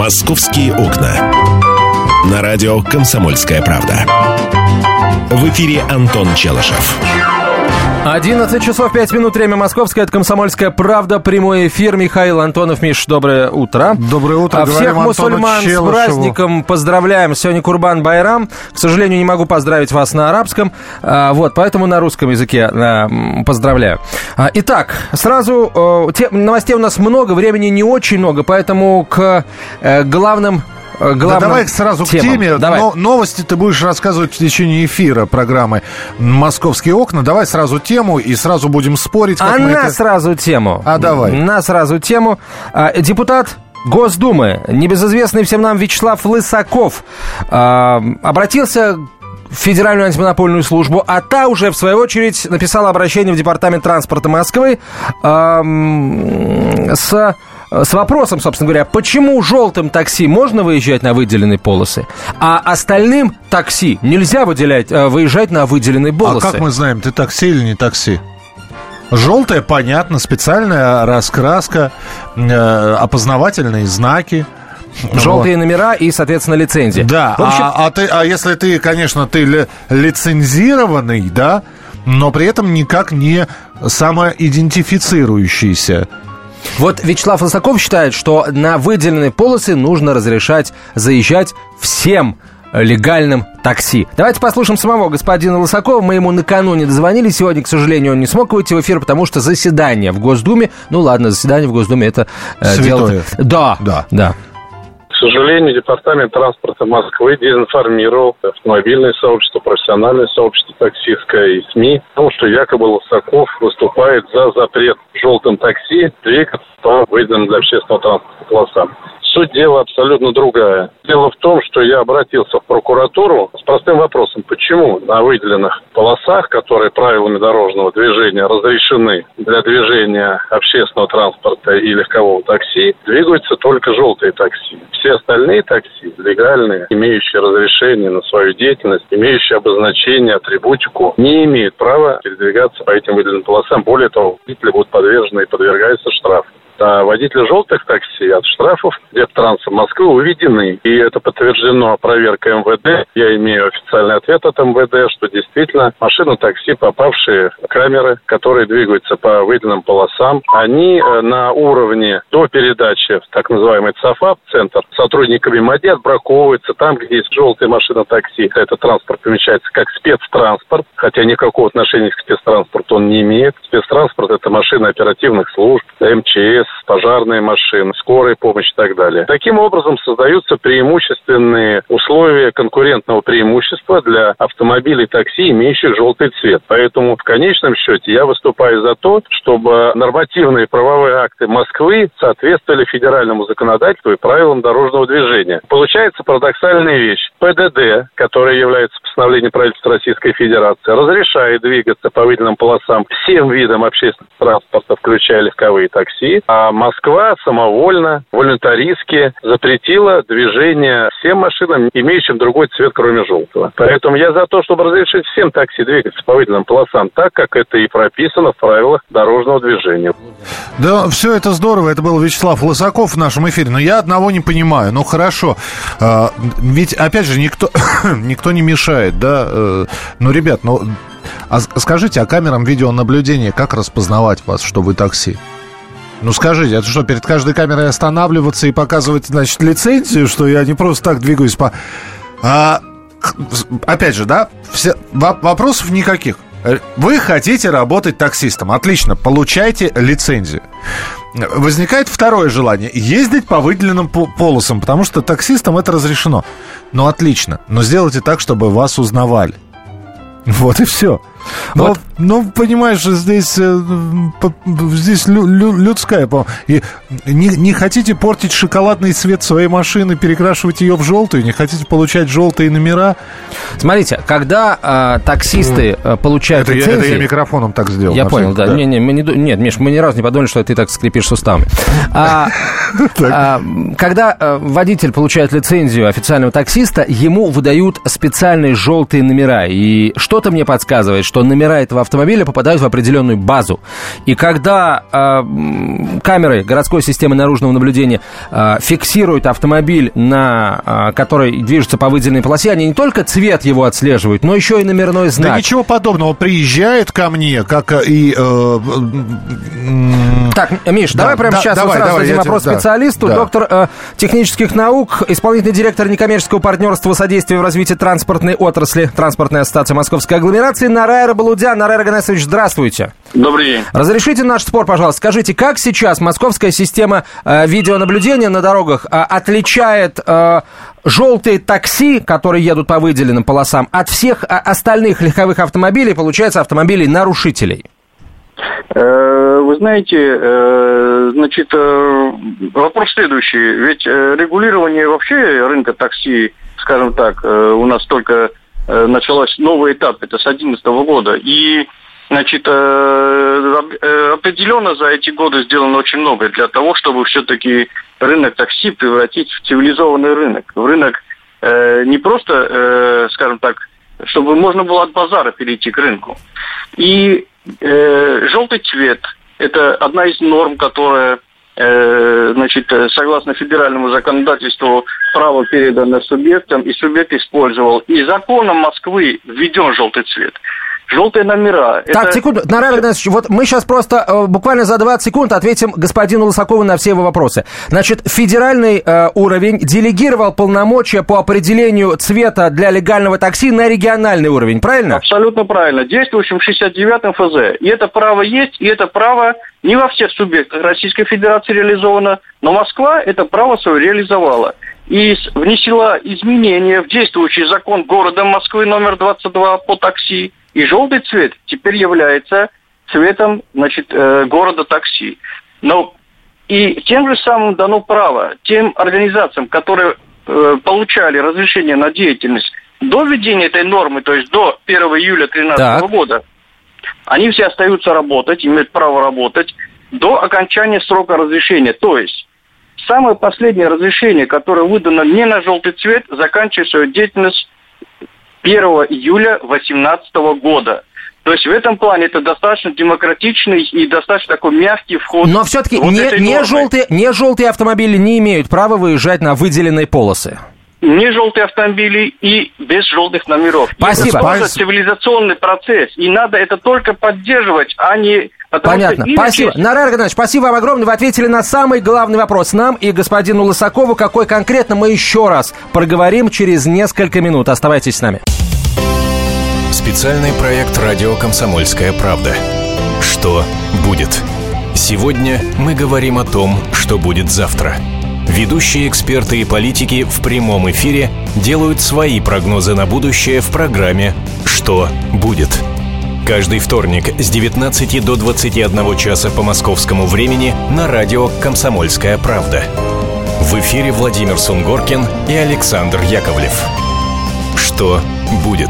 «Московские окна». На радио «Комсомольская правда». В эфире Антон Челышев. 11 часов 5 минут, время московское, это «Комсомольская правда», прямой эфир. Михаил Антонов. Миш, доброе утро. Доброе утро. Всех мусульман с праздником поздравляем. Сегодня Курбан-Байрам. К сожалению, не могу поздравить вас на арабском, поэтому на русском языке поздравляю. Итак, сразу новостей у нас много, времени не очень много, поэтому к главным... давай сразу темам. К теме. Давай. Новости ты будешь рассказывать в течение эфира программы «Московские окна». Давай сразу тему и сразу будем спорить. Сразу тему. Давай. На сразу тему. Депутат Госдумы, небезызвестный всем нам Вячеслав Лысаков, обратился в Федеральную антимонопольную службу, а та уже, в свою очередь, написала обращение в Департамент транспорта Москвы с вопросом, собственно говоря, почему желтым такси можно выезжать на выделенные полосы, а остальным такси нельзя выезжать на выделенные полосы. А как мы знаем, ты такси или не такси? Желтое, понятно, специальная раскраска, опознавательные знаки. Желтые номера и, соответственно, лицензия. Да, если ты, конечно, ты лицензированный, да, но при этом никак не самоидентифицирующийся. Вот Вячеслав Лысаков считает, что на выделенные полосы нужно разрешать заезжать всем легальным такси. Давайте послушаем самого господина Лысакова. Мы ему накануне дозвонились. Сегодня, к сожалению, он не смог выйти в эфир, потому что заседание в Госдуме... заседание в Госдуме — это святое. Да. К сожалению, Департамент транспорта Москвы дезинформировал автомобильное сообщество, профессиональное сообщество таксистское и СМИ о том, что якобы Лысаков выступает за запрет желтым такси двигаться по выделенным для общественного транспорта полосам. Суть дела абсолютно другая. Дело в том, что я обратился в прокуратуру с простым вопросом, почему на выделенных полосах, которые правилами дорожного движения разрешены для движения общественного транспорта и легкового такси, двигаются только желтые такси. Все остальные такси, легальные, имеющие разрешение на свою деятельность, имеющие обозначение, атрибутику, не имеют права передвигаться по этим выделенным полосам. Более того, водители будут подвержены и подвергаются штрафу. А водители желтых такси от штрафов Дептранса Москвы уведены. И это подтверждено проверкой МВД. Я имею официальный ответ от МВД, что действительно машины такси, попавшие в камеры, которые двигаются по выделенным полосам, они на уровне до передачи в так называемый ЦАФАП, центр, сотрудниками МАДИ отбраковываются там, где есть желтые машины такси. Этот транспорт помечается как спецтранспорт, хотя никакого отношения к спецтранспорту он не имеет. Спецтранспорт — это машины оперативных служб, МЧС, пожарные машины, скорая помощь и так далее. Таким образом создаются преимущественные условия конкурентного преимущества для автомобилей такси, имеющих желтый цвет. Поэтому в конечном счете я выступаю за то, чтобы нормативные правовые акты Москвы соответствовали федеральному законодательству и правилам дорожного движения. Получается парадоксальная вещь. ПДД, которое является постановлением правительства Российской Федерации, разрешает двигаться по выделенным полосам всем видам общественного транспорта, включая легковые такси, а Москва самовольно, волюнтаристски запретила движение всем машинам, имеющим другой цвет, кроме желтого. Поэтому я за то, чтобы разрешить всем такси двигаться по выделенным полосам так, как это и прописано в правилах дорожного движения. Да, все это здорово. Это был Вячеслав Лысаков в нашем эфире. Но я одного не понимаю. Ну, хорошо. Ведь, опять же, никто не мешает, да? Ну, ребят, скажите, а камерам видеонаблюдения как распознавать вас, что вы такси? Ну, скажите, это что, перед каждой камерой останавливаться и показывать, значит, лицензию, что я не просто так двигаюсь по... Опять же, да, вопросов никаких. Вы хотите работать таксистом. Отлично, получайте лицензию. Возникает второе желание – ездить по выделенным полосам, потому что таксистам это разрешено. Ну, отлично, но сделайте так, чтобы вас узнавали. Вот и все. Вот. Ну, понимаешь, здесь людская... И не хотите портить шоколадный цвет своей машины, перекрашивать ее в желтую, не хотите получать желтые номера? Смотрите, когда таксисты получают лицензии... Это я микрофоном так сделал. Я понял, да. Нет, Миш, мы ни разу не подумали, что ты так скрипишь суставами. Когда водитель получает лицензию официального таксиста, ему выдают специальные желтые номера. И что-то мне подсказывает, что номера этого автомобиля попадают в определенную базу. И когда камеры городской системы наружного наблюдения фиксируют автомобиль, который движется по выделенной полосе, они не только цвет его отслеживают, но еще и номерной знак. Да ничего подобного. Приезжает ко мне, как и... Так, Миш, давай прямо сейчас сразу дадим вопрос специалисту. Да. Доктор технических наук, исполнительный директор некоммерческого партнерства содействия в развитии транспортной отрасли, Транспортной ассоциации Московской агломерации Нарайр Балудян. Нарайр Аганесович, здравствуйте. Добрый день. Разрешите наш спор, пожалуйста. Скажите, как сейчас московская система видеонаблюдения на дорогах отличает желтые такси, которые едут по выделенным полосам, от всех остальных легковых автомобилей, получается, автомобилей-нарушителей? Вы знаете, значит, вопрос следующий. Ведь регулирование вообще рынка такси, скажем так, у нас только началось новый этап, это с 2011 года. И, значит, определенно за эти годы сделано очень много для того, чтобы все-таки рынок такси превратить в цивилизованный рынок. В рынок не просто, скажем так, чтобы можно было от базара перейти к рынку. И желтый цвет – это одна из норм, которая, значит, согласно федеральному законодательству, право передано субъектам, и субъект использовал. И законом Москвы введен желтый цвет. Желтые номера. Так, секунду, Нарайр Аганесович, вот мы сейчас просто буквально за 20 секунд ответим господину Лысакову на все его вопросы. Значит, федеральный уровень делегировал полномочия по определению цвета для легального такси на региональный уровень, правильно? Абсолютно правильно. Действующим 69-м ФЗ. И это право есть, и это право не во всех субъектах Российской Федерации реализовано, но Москва это право свое реализовала. И внесла изменения в действующий закон города Москвы номер 22 по такси. И желтый цвет теперь является цветом, значит, города такси. Но и тем же самым дано право тем организациям, которые получали разрешение на деятельность до введения этой нормы, то есть до 1 июля 2013 года, они все остаются работать, имеют право работать до окончания срока разрешения. То есть самое последнее разрешение, которое выдано не на желтый цвет, заканчивает свою деятельность 1 июля 2018 года. То есть в этом плане это достаточно демократичный и достаточно такой мягкий вход. Но все-таки вот не желтые автомобили не имеют права выезжать на выделенные полосы. Не желтые автомобили и без желтых номеров. Спасибо. Это тоже цивилизационный процесс. И надо это только поддерживать, а не... Понятно. Спасибо. Нарайр Аганесович, спасибо вам огромное. Вы ответили на самый главный вопрос нам и господину Лысакову. Какой конкретно, мы еще раз проговорим через несколько минут. Оставайтесь с нами. Специальный проект «Радио Комсомольская правда». Что будет? Сегодня мы говорим о том, что будет завтра. Ведущие эксперты и политики в прямом эфире делают свои прогнозы на будущее в программе «Что будет?». Каждый вторник с 19 до 21 часа по московскому времени на радио «Комсомольская правда». В эфире Владимир Сунгоркин и Александр Яковлев. Что будет?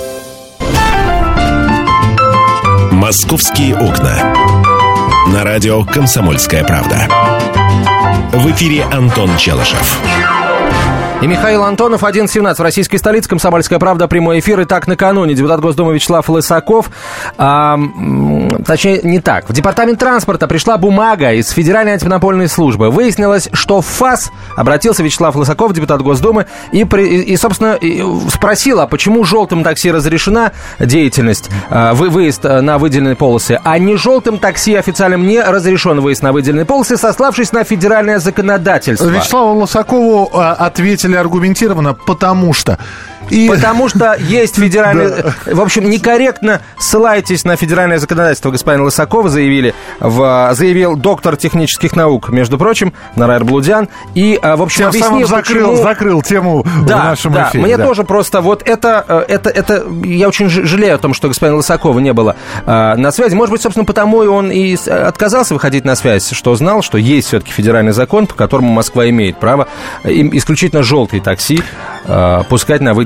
«Московские окна». На радио «Комсомольская правда». В эфире Антон Челышев. И Михаил Антонов, 11:17 в российской столице, «Комсомольская правда», прямой эфир. Итак, накануне депутат Госдумы Вячеслав Лысаков, точнее, не так. В департамент транспорта пришла бумага из Федеральной антимонопольной службы. Выяснилось, что в ФАС обратился Вячеслав Лысаков, депутат Госдумы, и собственно, спросил, а почему желтым такси разрешена деятельность, выезд на выделенные полосы, а не желтым такси официальным не разрешен выезд на выделенные полосы, сославшись на федеральное законодательство. Вячеславу Лысакову ответили аргументированно, потому что есть федеральное... В общем, некорректно ссылаетесь на федеральное законодательство, господин Лысаков, заявил доктор технических наук, между прочим, Нарайр Балудян, и, в общем, тем объяснил, самым закрыл тему в нашем эфире. Мне тоже просто вот это... Я очень жалею о том, что господина Лысакова не было на связи. Может быть, собственно, потому и он и отказался выходить на связь, что знал, что есть все-таки федеральный закон, по которому Москва имеет право исключительно желтые такси пускать на выделенные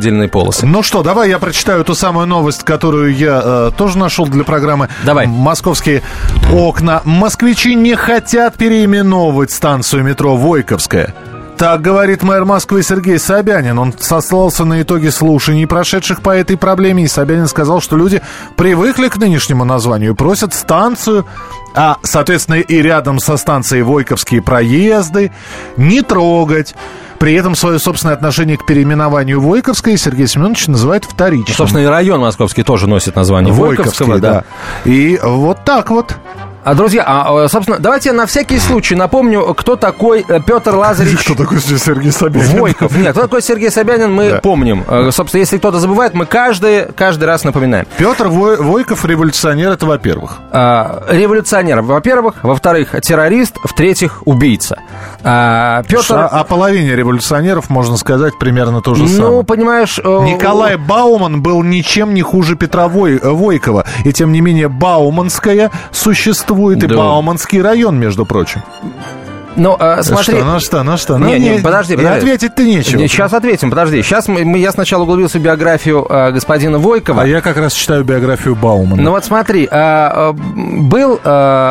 выделенные полосы. Ну что, давай я прочитаю ту самую новость, которую я тоже нашел для программы. Давай. Московские окна. Москвичи не хотят переименовывать станцию метро Войковская. Так говорит мэр Москвы Сергей Собянин. Он сослался на итоги слушаний, прошедших по этой проблеме. И Собянин сказал, что люди привыкли к нынешнему названию, просят станцию, а, соответственно, и рядом со станцией Войковские проезды не трогать. При этом свое собственное отношение к переименованию Войковской Сергей Семенович называет вторичным. Собственно, и район московский тоже носит название Войковского. Да. И вот так вот. Друзья, собственно, давайте я на всякий случай напомню, кто такой Петр Лазаревич... Кто такой Сергей Собянин? Войков. Нет, кто такой Сергей Собянин, мы помним. Собственно, если кто-то забывает, мы каждый раз напоминаем. Петр Войков, революционер, это во-первых. Революционер, во-первых. Во-вторых, террорист. В-третьих, убийца. Петр... О половине революционеров можно сказать примерно то же самое. Ну, понимаешь... Николай Бауман был ничем не хуже Петра Войкова. И, тем не менее, Бауманская существует. И Бауманский район, между прочим. Ну, смотри... Что? Не, подожди. Ответить-то нечего. Сейчас ответим, подожди. Сейчас я сначала углубился в биографию господина Войкова. А я как раз читаю биографию Баумана. Ну вот смотри, был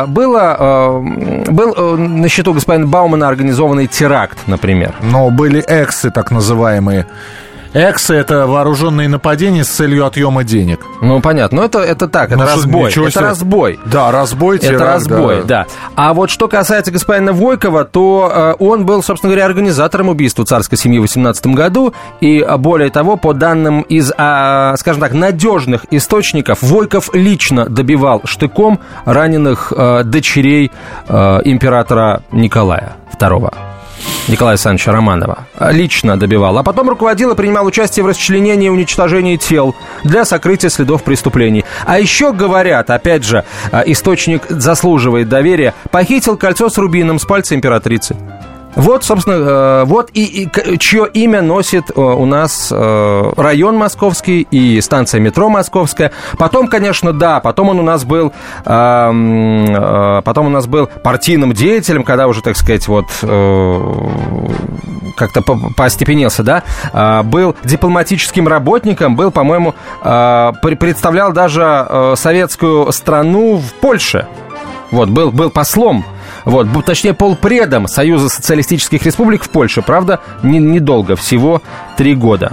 на счету господина Баумана организованный теракт, например. Но были эксы, так называемые. Эксы — это вооруженные нападения с целью отъема денег. Ну, понятно. Но это так, это разбой. Это разбой. Да, разбой, теракт. Это разбой, да. А вот что касается господина Войкова, то он был, собственно говоря, организатором убийства царской семьи в 18 году. И более того, по данным из, скажем так, надежных источников, Войков лично добивал штыком раненых дочерей императора Николая II. Николая Александровича Романова. Лично добивал. А потом руководил и принимал участие в расчленении и уничтожении тел для сокрытия следов преступлений. А еще говорят, опять же, источник заслуживает доверия, похитил кольцо с рубином с пальца императрицы. Вот, собственно, вот и чье имя носит у нас район московский и станция метро московская. Потом, конечно, да, потом он у нас был партийным деятелем, когда уже, так сказать, вот как-то поостепенился, да, был дипломатическим работником, был, по-моему, представлял даже советскую страну в Польше. Вот, был послом. Вот, точнее, полпредом Союза социалистических республик в Польше. Правда, недолго, всего 3 года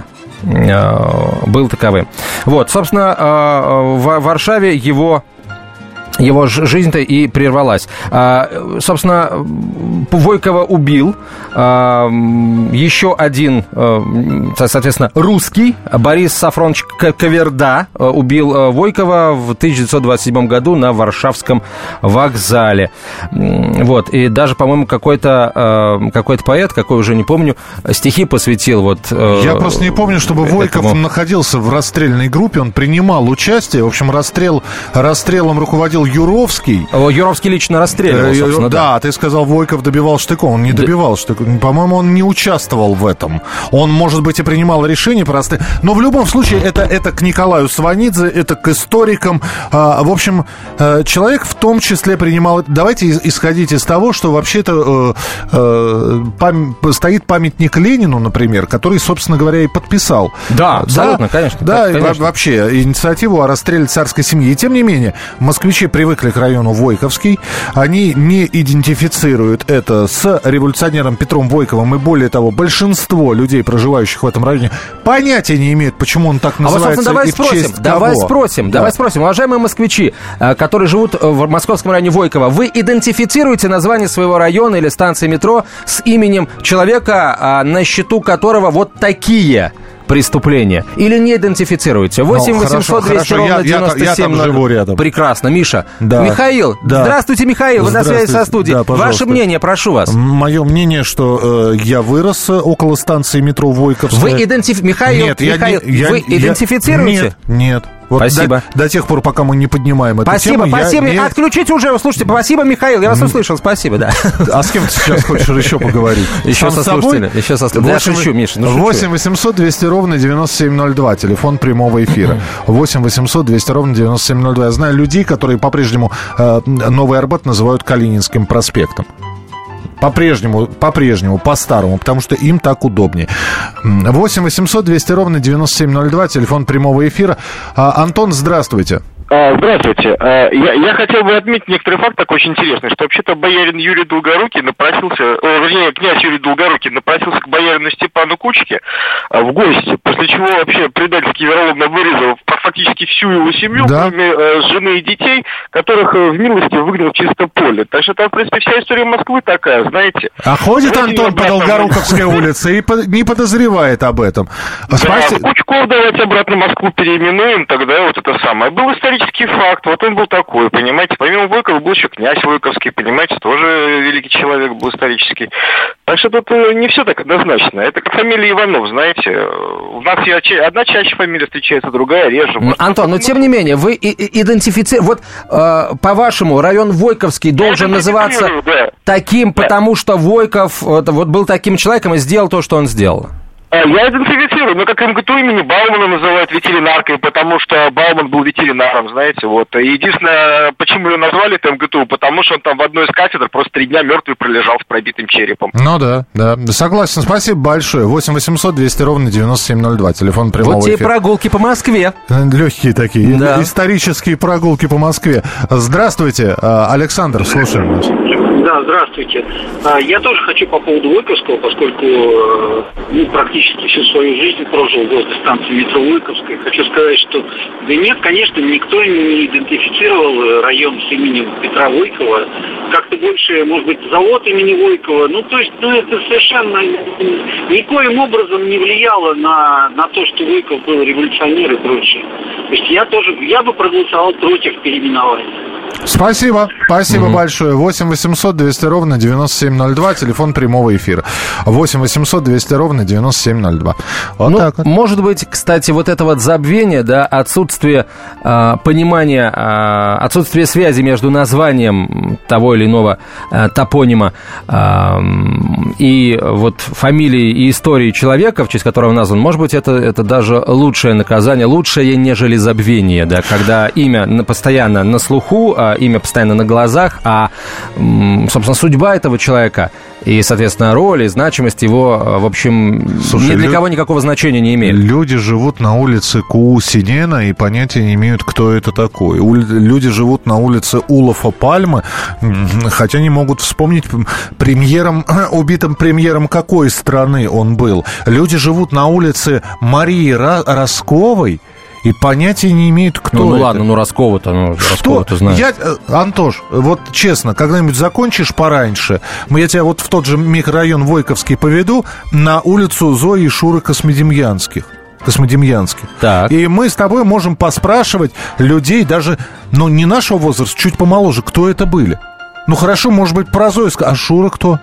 был таковым. Вот, собственно, в Варшаве его жизнь-то и прервалась. Собственно, Войкова убил еще один, соответственно, русский, Борис Сафронович Каверда, убил Войкова в 1927 году на Варшавском вокзале. Вот, и даже, по-моему, какой-то поэт, какой уже не помню, стихи посвятил вот... Я просто не помню, чтобы Войков находился в расстрельной группе, он принимал участие, в общем, расстрелом руководил Юровский. Юровский лично расстреливал, собственно, да. Да, ты сказал, Войков добивал штыком. Он не добивал штыком. По-моему, он не участвовал в этом. Он, может быть, и принимал решения по расстрелу. Но в любом случае, это к Николаю Сванидзе, это к историкам. В общем, человек в том числе принимал... Давайте исходить из того, что вообще-то стоит памятник Ленину, например, который, собственно говоря, и подписал. Да, абсолютно, конечно. Да, конечно. И вообще инициативу о расстреле царской семьи. И тем не менее, москвичи привыкли к району Войковский. Они не идентифицируют это с революционером Петром Войковым. И более того, большинство людей, проживающих в этом районе, понятия не имеют, почему он так называется. Давай спросим, уважаемые москвичи, которые живут в московском районе Войкова, вы идентифицируете название своего района или станции метро с именем человека, на счету которого вот такие преступления? Или не идентифицируете? 8 800 200 ровно 97. Я живу рядом. Прекрасно. Миша. Да. Михаил. Да. Здравствуйте, Михаил. Вы на связи со студией. Да, ваше мнение, прошу вас. Мое мнение, что я вырос около станции метро Войковская. Вы идентифицируете? Нет. Вот спасибо. До тех пор, пока мы не поднимаем эту тему. Спасибо. Отключите уже. Слушайте, спасибо, Михаил. Я вас услышал. Спасибо, да. А с кем ты сейчас хочешь еще поговорить? Еще со слушателем. Я шучу, Миша. 8 800 200 ровно 9702. Телефон прямого эфира. 8 800 200 ровно 9702. Я знаю людей, которые по-прежнему Новый Арбат называют Калининским проспектом. По-прежнему, по-старому, потому что им так удобнее. 8 800 200 ровно 9702, телефон прямого эфира. Антон, здравствуйте. Здравствуйте. Я хотел бы отметить некоторый факт такой очень интересный, что вообще-то боярин Юрий Долгорукий князь Юрий Долгорукий напросился к боярину Степану Кучке в гости, после чего вообще предательски вероломно вырезал фактически всю его семью, да, кроме жены и детей, которых в милости выгнал в чисто поле. Так что там, в принципе, вся история Москвы такая, знаете. А ходит Антон по Долгоруковской улице и не подозревает об этом. Да, Кучков давайте обратно Москву переименуем, тогда вот это самое. Был исторический факт, вот он был такой, понимаете. Помимо Войкова был еще князь Войковский, понимаете, тоже великий человек был исторический. Так что тут не все так однозначно. Это как фамилия Иванов, знаете. У нас одна чаще фамилия встречается, другая реже. Антон, но тем не менее, вы идентифицируете... Вот, по-вашему, район Войковский должен называться таким, потому что Войков вот был таким человеком и сделал то, что он сделал? Я идентифицирую, но как МГТУ имени Баумана называют ветеринаркой, потому что Бауман был ветеринаром, знаете, вот. И единственное, почему его назвали это МГТУ, потому что он там в одной из кафедр просто 3 дня мертвый пролежал с пробитым черепом. Ну да, согласен, спасибо большое. 8 800 200 ровно 9702, телефон прямого эфира. Вот те прогулки по Москве. Легкие такие, да. Исторические прогулки по Москве. Здравствуйте, Александр, слушаем вас. Да, здравствуйте. Я тоже хочу по поводу Войковского, поскольку практически всю свою жизнь прожил возле станции метро Войковская. Хочу сказать, что да нет, конечно, никто не идентифицировал район с именем Петра Войкова. Как-то больше, может быть, завод имени Войкова. Это совершенно никоим образом не влияло на то, что Войков был революционер и прочее. То есть я бы проголосовал против переименования. Спасибо большое. 8 800 200 ровно 9702, телефон прямого эфира. 8 800 200 ровно 9702. Так вот. Может быть, кстати, вот это вот забвение, да, отсутствие понимания, отсутствие связи между названием того или иного топонима и вот фамилией и историей человека, в честь которого назван, может быть, это даже лучшее наказание, лучшее, нежели забвение, да, когда имя постоянно на слуху, имя постоянно на глазах, собственно, судьба этого человека и, соответственно, роль и значимость его, в общем, ни для кого никакого значения не имеет. Люди живут на улице Куусинена и понятия не имеют, кто это такой. Люди живут на улице Улафа Пальмы, хотя не могут вспомнить убитым премьером какой страны он был. Люди живут на улице Марии Росковой и понятия не имеют, кто это. Ладно, Роскова-то, Роскова-то знаю. Антош, вот честно, когда-нибудь закончишь пораньше, я тебя вот в тот же микрорайон Войковский поведу, на улицу Зои и Шуры Космодемьянских. Так. И мы с тобой можем поспрашивать людей даже, не нашего возраста, чуть помоложе, кто это были. Хорошо, может быть, про Зою, а Шура кто?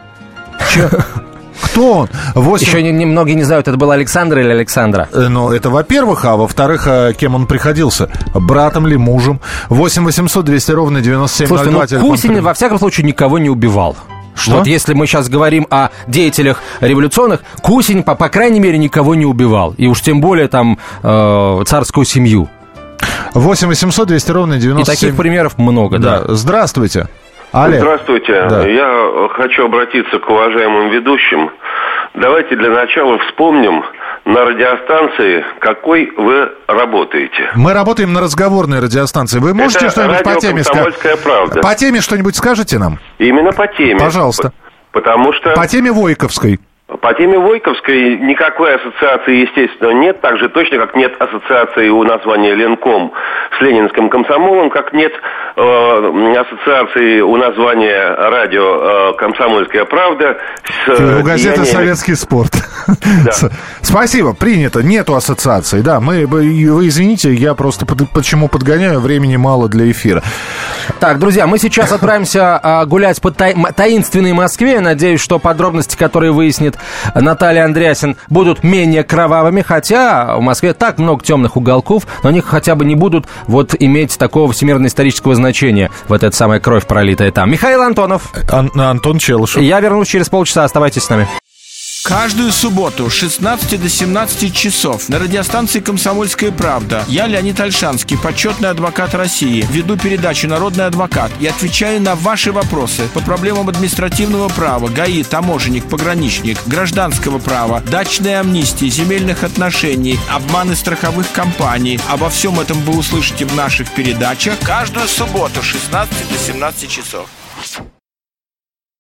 Кто он? Еще многие не знают, это был Александр или Александра. Это во-первых, а во-вторых, кем он приходился? Братом ли, мужем? 8 800 200 ровно 9702. Слушайте, Кусин, во всяком случае, никого не убивал. Что? Вот если мы сейчас говорим о деятелях революционных, Кусин, по крайней мере, никого не убивал. И уж тем более там царскую семью. 8 800 200 ровно 97. И таких примеров много, да. Здравствуйте. Олег. Здравствуйте. Да. Я хочу обратиться к уважаемым ведущим. Давайте для начала вспомним на радиостанции, какой вы работаете. Мы работаем на разговорной радиостанции. Вы можете что-нибудь по теме сказать? Правда. По теме что-нибудь скажете нам? Именно по теме. Пожалуйста. Потому что... По теме Войковской. По теме Войковской никакой ассоциации, естественно, нет. Так же точно, как нет ассоциации у названия Ленком с ленинским комсомолом, как нет ассоциации у названия радио «Комсомольская правда» с... У газеты «Советский спорт». Да. Спасибо, принято. Нету ассоциации. Да, вы извините, я просто почему подгоняю, времени мало для эфира. Так, друзья, мы сейчас отправимся гулять по таинственной Москве. Я надеюсь, что подробности, которые выяснит Наталья Андреасин, будут менее кровавыми, хотя в Москве так много темных уголков, но они хотя бы не будут иметь такого всемирно-исторического значения, эта самая кровь, пролитая там. Михаил Антонов. Антон Челышев. Я вернусь через полчаса, оставайтесь с нами. Каждую субботу с 16 до 17 часов на радиостанции «Комсомольская правда» я, Леонид Ольшанский, почетный адвокат России, веду передачу «Народный адвокат» и отвечаю на ваши вопросы по проблемам административного права, ГАИ, таможенник, пограничник, гражданского права, дачной амнистии, земельных отношений, обманы страховых компаний. Обо всем этом вы услышите в наших передачах каждую субботу с 16 до 17 часов.